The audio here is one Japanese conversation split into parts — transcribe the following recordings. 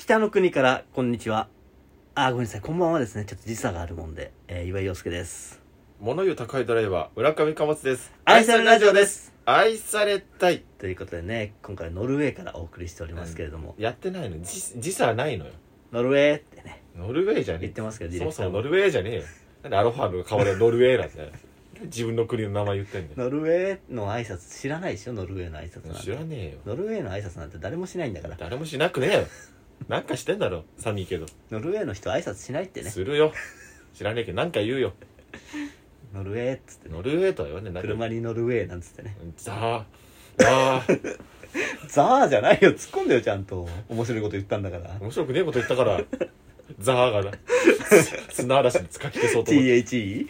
北の国からこんにちは。ごめんなさい、こんばんはですね。ちょっと時差があるもんで、岩井陽介です。 物言う宅配ドライバー村上貨物です。 愛されラジオです。 愛されたいということでね、今回ノルウェーからお送りしておりますけれども、 やってないの時差ないのよ。 ノルウェーってねノルウェーじゃねえ言ってますけど、ディそレクターももそもノルウェーじゃねえよ。なんでアロハの代わりはノルウェーなんだよ。自分の国の名前言ってんだよ。 ノルウェーの挨拶知らないでしょ。ノルウェーの挨拶なんて知らねえよ。 ノルウェーの挨拶なんて誰もしないんだから。 誰もしなくねえよ。なんかしてんだろ寒いけど。 ノルウェーの人挨拶しないってね。 するよ。知らねえけどなんか言うよ。 ノルウェーっつってね、 ノルウェーとは言わねえ。 車にノルウェーなんつってね。 ザーザーじゃないよ、突っ込んでよちゃんと。面白いこと言ったんだから。 面白くねえこと言ったからザーがな砂嵐に使き消そうと思って THE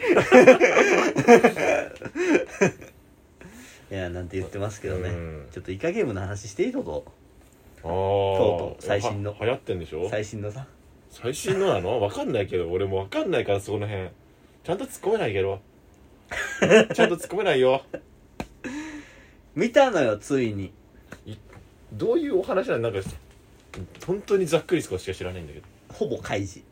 いやなんて言ってますけどね、ちょっとイカゲームの話していいととう最新の流行ってんでしょ。 最新のさ、 最新のなの分かんないけど、俺も分かんないからそこの辺ちゃんと突っ込めないけどちゃんと突っ込めないよ。 見たのよついに。 どういうお話なの。なんか本当にざっくり少しか知らないんだけど。 ほぼカイジ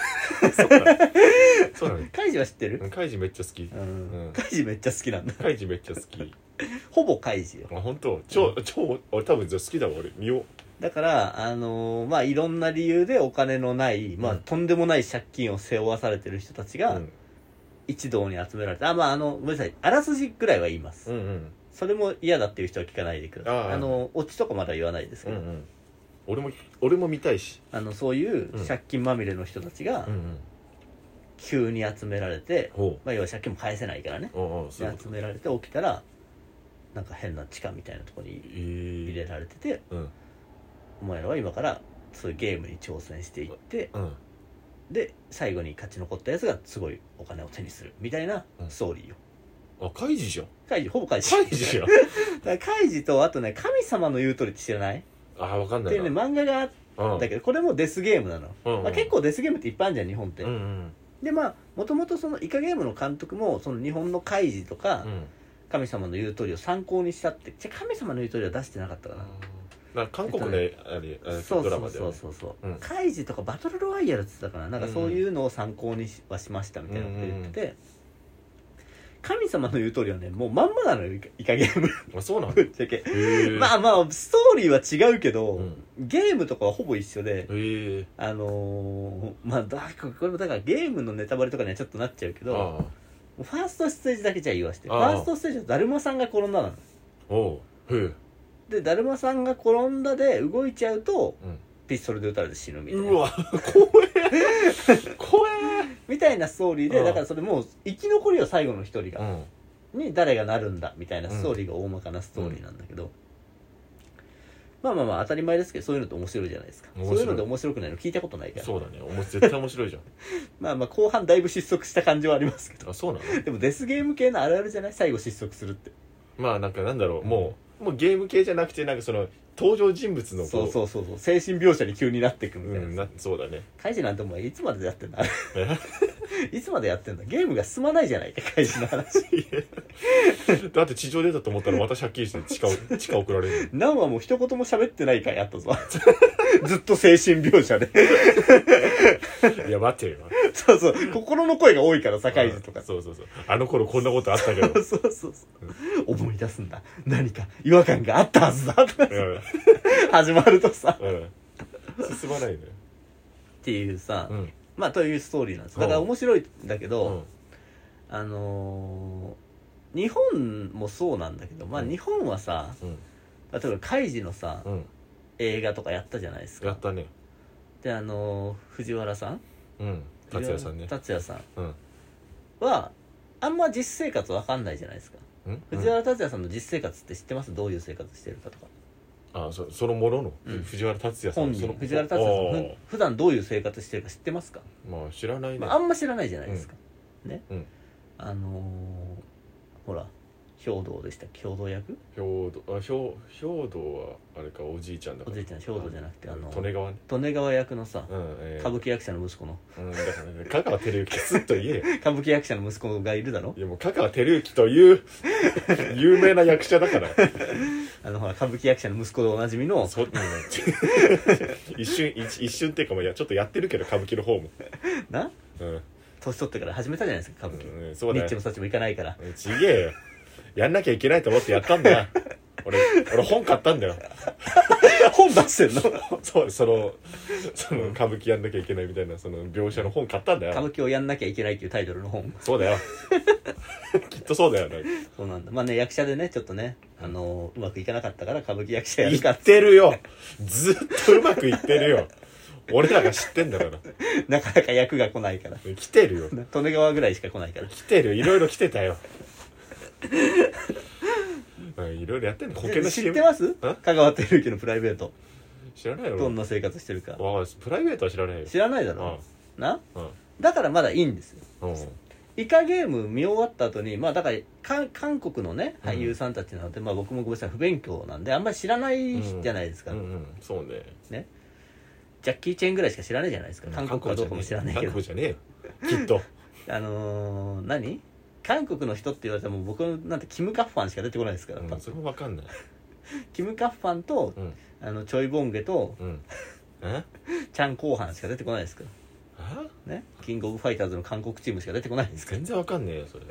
そうなの。 カイジは知ってる？ カイジめっちゃ好き。 カイジめっちゃ好きなんだ。 カイジめっちゃ好き。 ほぼカイジよ。 あ、本当。超俺多分好きだわ。俺見よう。 だからまあいろんな理由でお金のない、まあとんでもない借金を背負わされてる人たちが一堂に集められて、ごめんなさい、あらすじぐらいは言います。それも嫌だっていう人は聞かないでください。オチとかまだ言わないですけど、 俺も見たいし、 そういう借金まみれの人たちが急に集められて、まあ要は借金も返せないからね、集められて起きたらなんか変な地下みたいなところに入れられてて、お前らは今からそういうゲームに挑戦していって、で最後に勝ち残ったやつがすごいお金を手にするみたいなストーリーよ。 カイジじゃん。 カイジ、ほぼカイジ。 カイジじゃん。 だからカイジとあとね、神様の言う通りって知らない？ 分かんないな。 っていうね漫画があったけど、これもデスゲームなの。結構デスゲームっていっぱいあるじゃん日本って。でもともとそのイカゲームの監督もその日本のカイジとか、神様の言う通りを参考にしたって。神様の言う通りは出してなかったかな。 韓国でドラマでそう、カイジとかバトルロワイヤルって言ってたかな、なんかそういうのを参考にはしましたみたいなこと言ってて、神様の言う通りはねもうまんまなのよイカゲーム。 そうなの。 ぶっちゃけまあストーリーは違うけど、ゲームとかはほぼ一緒で、これもだからゲームのネタバレとかにはちょっとなっちゃうけど、ファーストステージだけじゃ言わして、ファーストステージはだるまさんが転んだの。でだるまさんが転んだで動いちゃうと、ピストルで撃たれて死ぬみたいな。 うわ怖えみたいなストーリーで、だからそれもう生き残りを最後の一人が、に誰がなるんだみたいなストーリーが大まかなストーリーなんだけど、まあ当たり前ですけど、そういうのって面白いじゃないですか。そういうので面白くないの聞いたことないから。 そうだね、絶対面白いじゃん後半だいぶ失速した感じはありますけど。 そうなの。 でもデスゲーム系のあるあるじゃない、最後失速するって。 なんだろう、もうゲーム系じゃなくて、なんかその登場人物のそう精神描写に急になっていくみたいな、 そうだね。 カイジなんてお前いつまでやってんだいつまでやってんだ。ゲームが進まないじゃないかカイジの話だって地上出たと思ったらまた借金して地下送られる。 何話も一言も喋ってない回あったぞずっと精神描写でいや待ってよそう心の声が多いからさ、カイジとか。 そうあの頃こんなことあったけどそう思い出すんだ、何か違和感があったはずだとか始まるとさ、 進まないねっていうさ、というストーリーなんです。だから面白いんだけど、日本もそうなんだけど、日本はさ、例えばカイジのさ、映画とかやったじゃないですか。 やったね。 で藤原さん、 達也さんね。 達也さんはあんま実生活わかんないじゃないですか。藤原達也さんの実生活って知ってます？どういう生活してるかとか。 そのものの、藤原達也さん、 藤原達也さん普段どういう生活してるか知ってますか？ 知らないね。 あんま知らないじゃないですか、ね。ほら兵道でしたっけ？兵道役？ 兵道はあれか、おじいちゃんだから。 おじいちゃん、兵道じゃなくて利根川役のさ、歌舞伎役者の息子の、 だからね、香川照之スッと言えよ歌舞伎役者の息子がいるだろ。 いやもう香川照之という有名な役者だからほら歌舞伎役者の息子でおなじみの一瞬っていうか、まあ、ちょっとやってるけど歌舞伎の方もな、 うん、 年取ってから始めたじゃないですか歌舞伎、 そうだよ。 ニッチもサッチもいかないから。 ちげえよ、やんなきゃいけないと思ってやったんだよ俺本買ったんだよ本出してんのそうその歌舞伎やんなきゃいけないみたいなその描写の本買ったんだよ。 歌舞伎をやんなきゃいけないっていうタイトルの本。 そうだよきっとそうだよね。 そうなんだ。まあね、役者でねちょっとねうまくいかなかったから歌舞伎役者やるか言ってるよ、ずっとうまくいってるよ俺らが知ってんだからなかなか役が来ないから。 来てるよ、 利根川ぐらいしか来ないから。 来てる、いろいろ来てたよいろいろやってんの。保険の CM 知ってます？香川照之のプライベート知らないよ。 どんな生活してるか。 プライベートは知らないよ。 知らないだろな、だからまだいいんですよ。イカゲーム見終わった後にまあだから韓国のね俳優さんたちなので、まあ僕もごめんなさい不勉強なんであんまり知らないじゃないですか。 そうね。 ね、ジャッキー・チェンぐらいしか知らないじゃないですか。韓国はどうかも知らないけど。 韓国じゃねえよきっと何韓国の人って言われても僕なんてキム・カッファンしか出てこないですから、 それも分かんない。 キム・カッファンと、チョイ・ボンゲと、チャン・コーハンしか出てこないですからね。キングオブファイターズの韓国チームしか出てこないんですから。 全然分かんねえよそれだ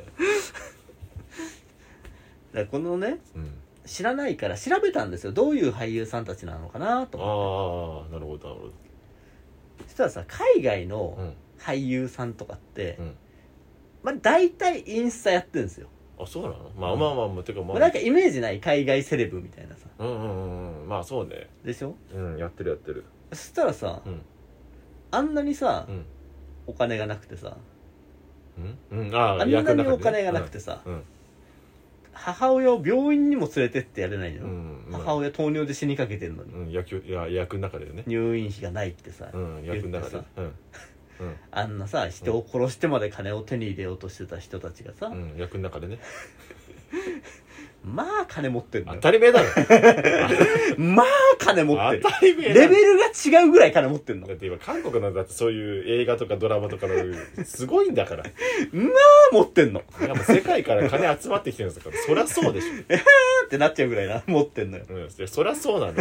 からこのね、知らないから調べたんですよ。どういう俳優さんたちなのかなと思って。 なるほどなるほど。 そしたらさ、海外の俳優さんとかって、まあ大体インスタやってるんですよ。 あ、そうなの。まあてかなんかイメージない海外セレブみたいなさ。 まあそうね。 でしょ。 やってる。 そしたらさ、あんなにさ、お金がなくてさ、あんなにお金がなくてさ、母親を病院にも連れてってやれないの、母親糖尿で死にかけてるのに、 役の中でね、 入院費がないってさ、 役の中であんなさ人を殺してまで金を手に入れようとしてた人たちがさ、 役の中でねまあ金持ってるのよ。 当たり前だろまあ金持ってる。 当たり前だ。 レベルが違うぐらい金持ってるの。 だって今韓国のだってそういう映画とかドラマとかのすごいんだからまあ持ってんの。 いやもう世界から金集まってきてるんですからそりゃそうでしょってなっちゃうぐらいな持ってんのよ。 そりゃそうなの。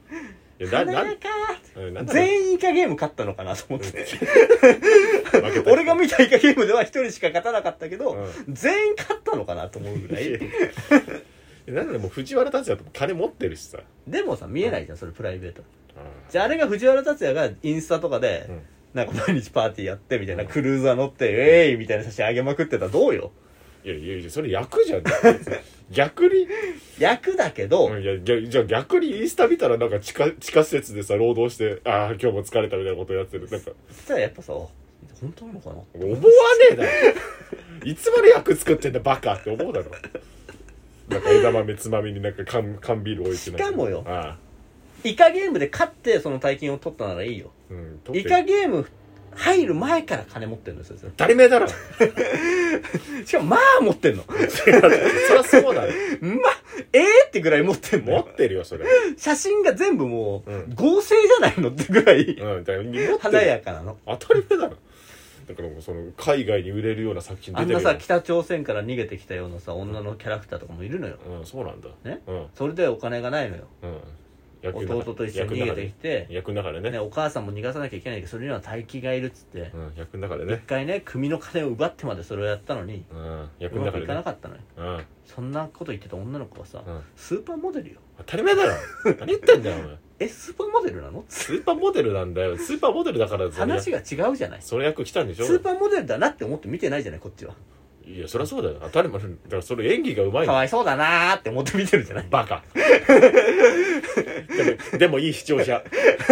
全員イカゲーム勝ったのかなと思って俺が見たイカゲームでは一人しか勝たなかったけど、全員勝ったのかなと思うぐらいなんでも藤原竜也と金持ってるしさ。 でもさ見えないじゃんそれプライベート。じゃああれが藤原竜也がインスタとかで、なんか毎日パーティーやってみたいな、クルーザー乗ってみたいな写真あげまくってたらどうよ。 いやそれ役じゃん逆に役だけど、 じゃあ逆にインスタ見たらなんか地下施設でさ労働して今日も疲れたみたいなことやってる。なんかそしたらやっぱさ本当なのかな思わねえだろいつまで役作ってんだバカって思うだろなんか枝豆つまみになんか缶ビール置いて。 しかもよ、イカゲームで勝ってその大金を取ったならいいよ、イカゲーム入る前から金持ってるんですよ。 当たり前だろしかもまあ持ってんのそりゃそうだよってぐらい持ってんの。 持ってるよそれ。 写真が全部もう、合成じゃないのってぐらい、華やかなの。 当たり前だろ。だからもうその海外に売れるような作品出てるよ。 あんなさ北朝鮮から逃げてきたようなさ女のキャラクターとかもいるのよ。 そうなんだね、それでお金がないのよ。弟と一緒に逃げてきて、 役の中でね、 お母さんも逃がさなきゃいけないけどそれには大金がいるっつって、 役の中でね一回ね組の金を奪ってまでそれをやったのに、 役の中でうまくいかなかったのよ。そんなこと言ってた女の子はさ、スーパーモデルよ。 当たり前だろ何言ってんだよお前。 スーパーモデルなの？ スーパーモデルなんだよ。スーパーモデルだから話が違うじゃない。 その役来たんでしょ。 スーパーモデルだなって思って見てないじゃないこっちは。 いやそりゃそうだよ。当たり前だからそれ演技がうまい。 かわいそうだなーって思って見てるじゃない。 バカでもいい視聴者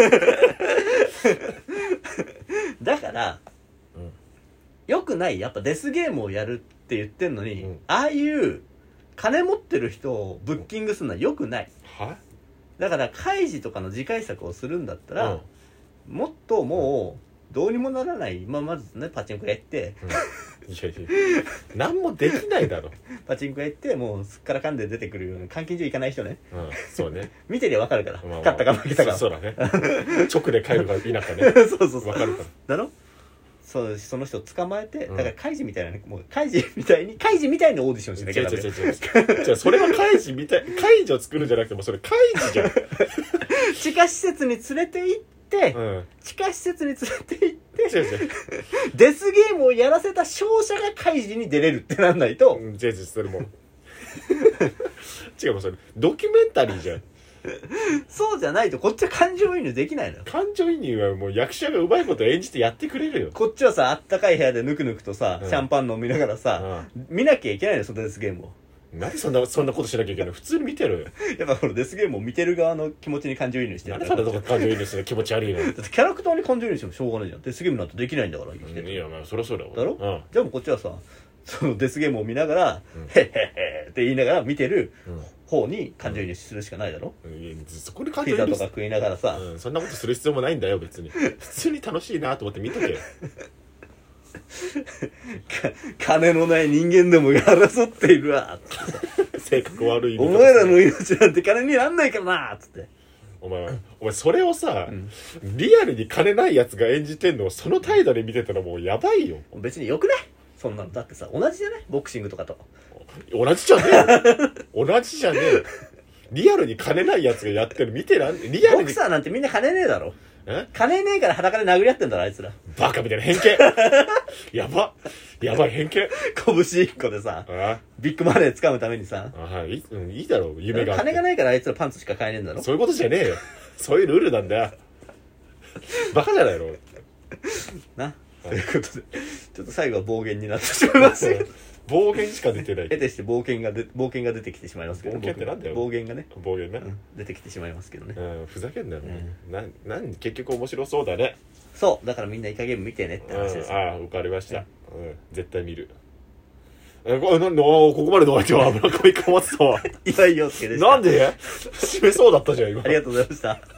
だから、よくない。やっぱデスゲームをやるって言ってんのに、ああいう金持ってる人をブッキングするのはよくない。だから開示とかの次回作をするんだったら、もっともうどうにもならない、まずねパチンコやって、 何もできないだろパチンコやってもうすっからかんで出てくるような監禁所行かない人ね、 そうね見てりゃ分かるから、勝ったか負けたか。 そうだね直で帰るか否かねそう分かるからだろ。 その人を捕まえて、だからカイジみたいなね、もうカイジみたいにオーディションしなきゃダメ。 違うそれはカイジみたい、カイジを作るんじゃなくてもそれカイジじゃん地下施設に連れて行って、地下施設に連れて行ってデスゲームをやらせた勝者がカイジに出れるってなんないと、 それも違う、もうそれドキュメンタリーじゃん。 そうじゃないとこっちは感情移入できないのよ。 感情移入はもう役者がうまいこと演じてやってくれるよ。 こっちはさ、あったかい部屋でぬくぬくとさ、シャンパン飲みながらさ、見なきゃいけないのよ、そのデスゲームを。 なんでそんなことしなきゃいけないの？普通に見てるよ。 やっぱこのデスゲームを見てる側の気持ちに感情移入してる。 なんでそんなとこ感情移入してるの？気持ち悪いの。だってキャラクターに感情移入してもしょうがないじゃん。デスゲームなんてできないんだから生きてる。 いや、まあそりゃそうだわ。 だろ？じゃあもうこっちはさ、そのデスゲームを見ながら、へっへっへって言いながら見てる方に感情移入するしかないだろ？ そこで感情移入ピザとか食いながらさ、 そんなことする必要もないんだよ別に。普通に楽しいなと思って見とけよ。 金のない人間でも争っているわ性格悪い。 お前らの命なんて金になんないからなっつって。 お前それをさ、リアルに金ないやつが演じてんのをその態度で見てたらもうやばいよ。 別によくない？そんなのだってさ、同じじゃない？ボクシングとかと同じじゃねえ同じじゃねえ。リアルに金ないやつがやってる見てらん。リアルにボクサーなんてみんな金ねえだろ。金ねえから裸で殴り合ってんだろあいつら。 バカみたいな偏見やばい偏見。 拳1個でさ、ビッグマネー掴むためにさ、 いいだろ夢があって。 金がないからあいつらパンツしか買えねえんだろ。 そういうことじゃねえよ。そういうルールなんだよ。バカじゃないのな。ということでちょっと最後は暴言になってしまいます暴言しか出てない。 得てして暴言が出てきてしまいますけど、 暴言ってなんだよ。 暴言がね、 暴言ね、 出てきてしまいますけどね。 ふざけんなよ、なん結局面白そうだね。 そうだからみんなイカゲーム見てねって話ですよ。 わかりました、絶対見る。ここまでの相手は村上小松さんいよいよってでした。 なんで締めそうだったじゃん今。 ありがとうございました。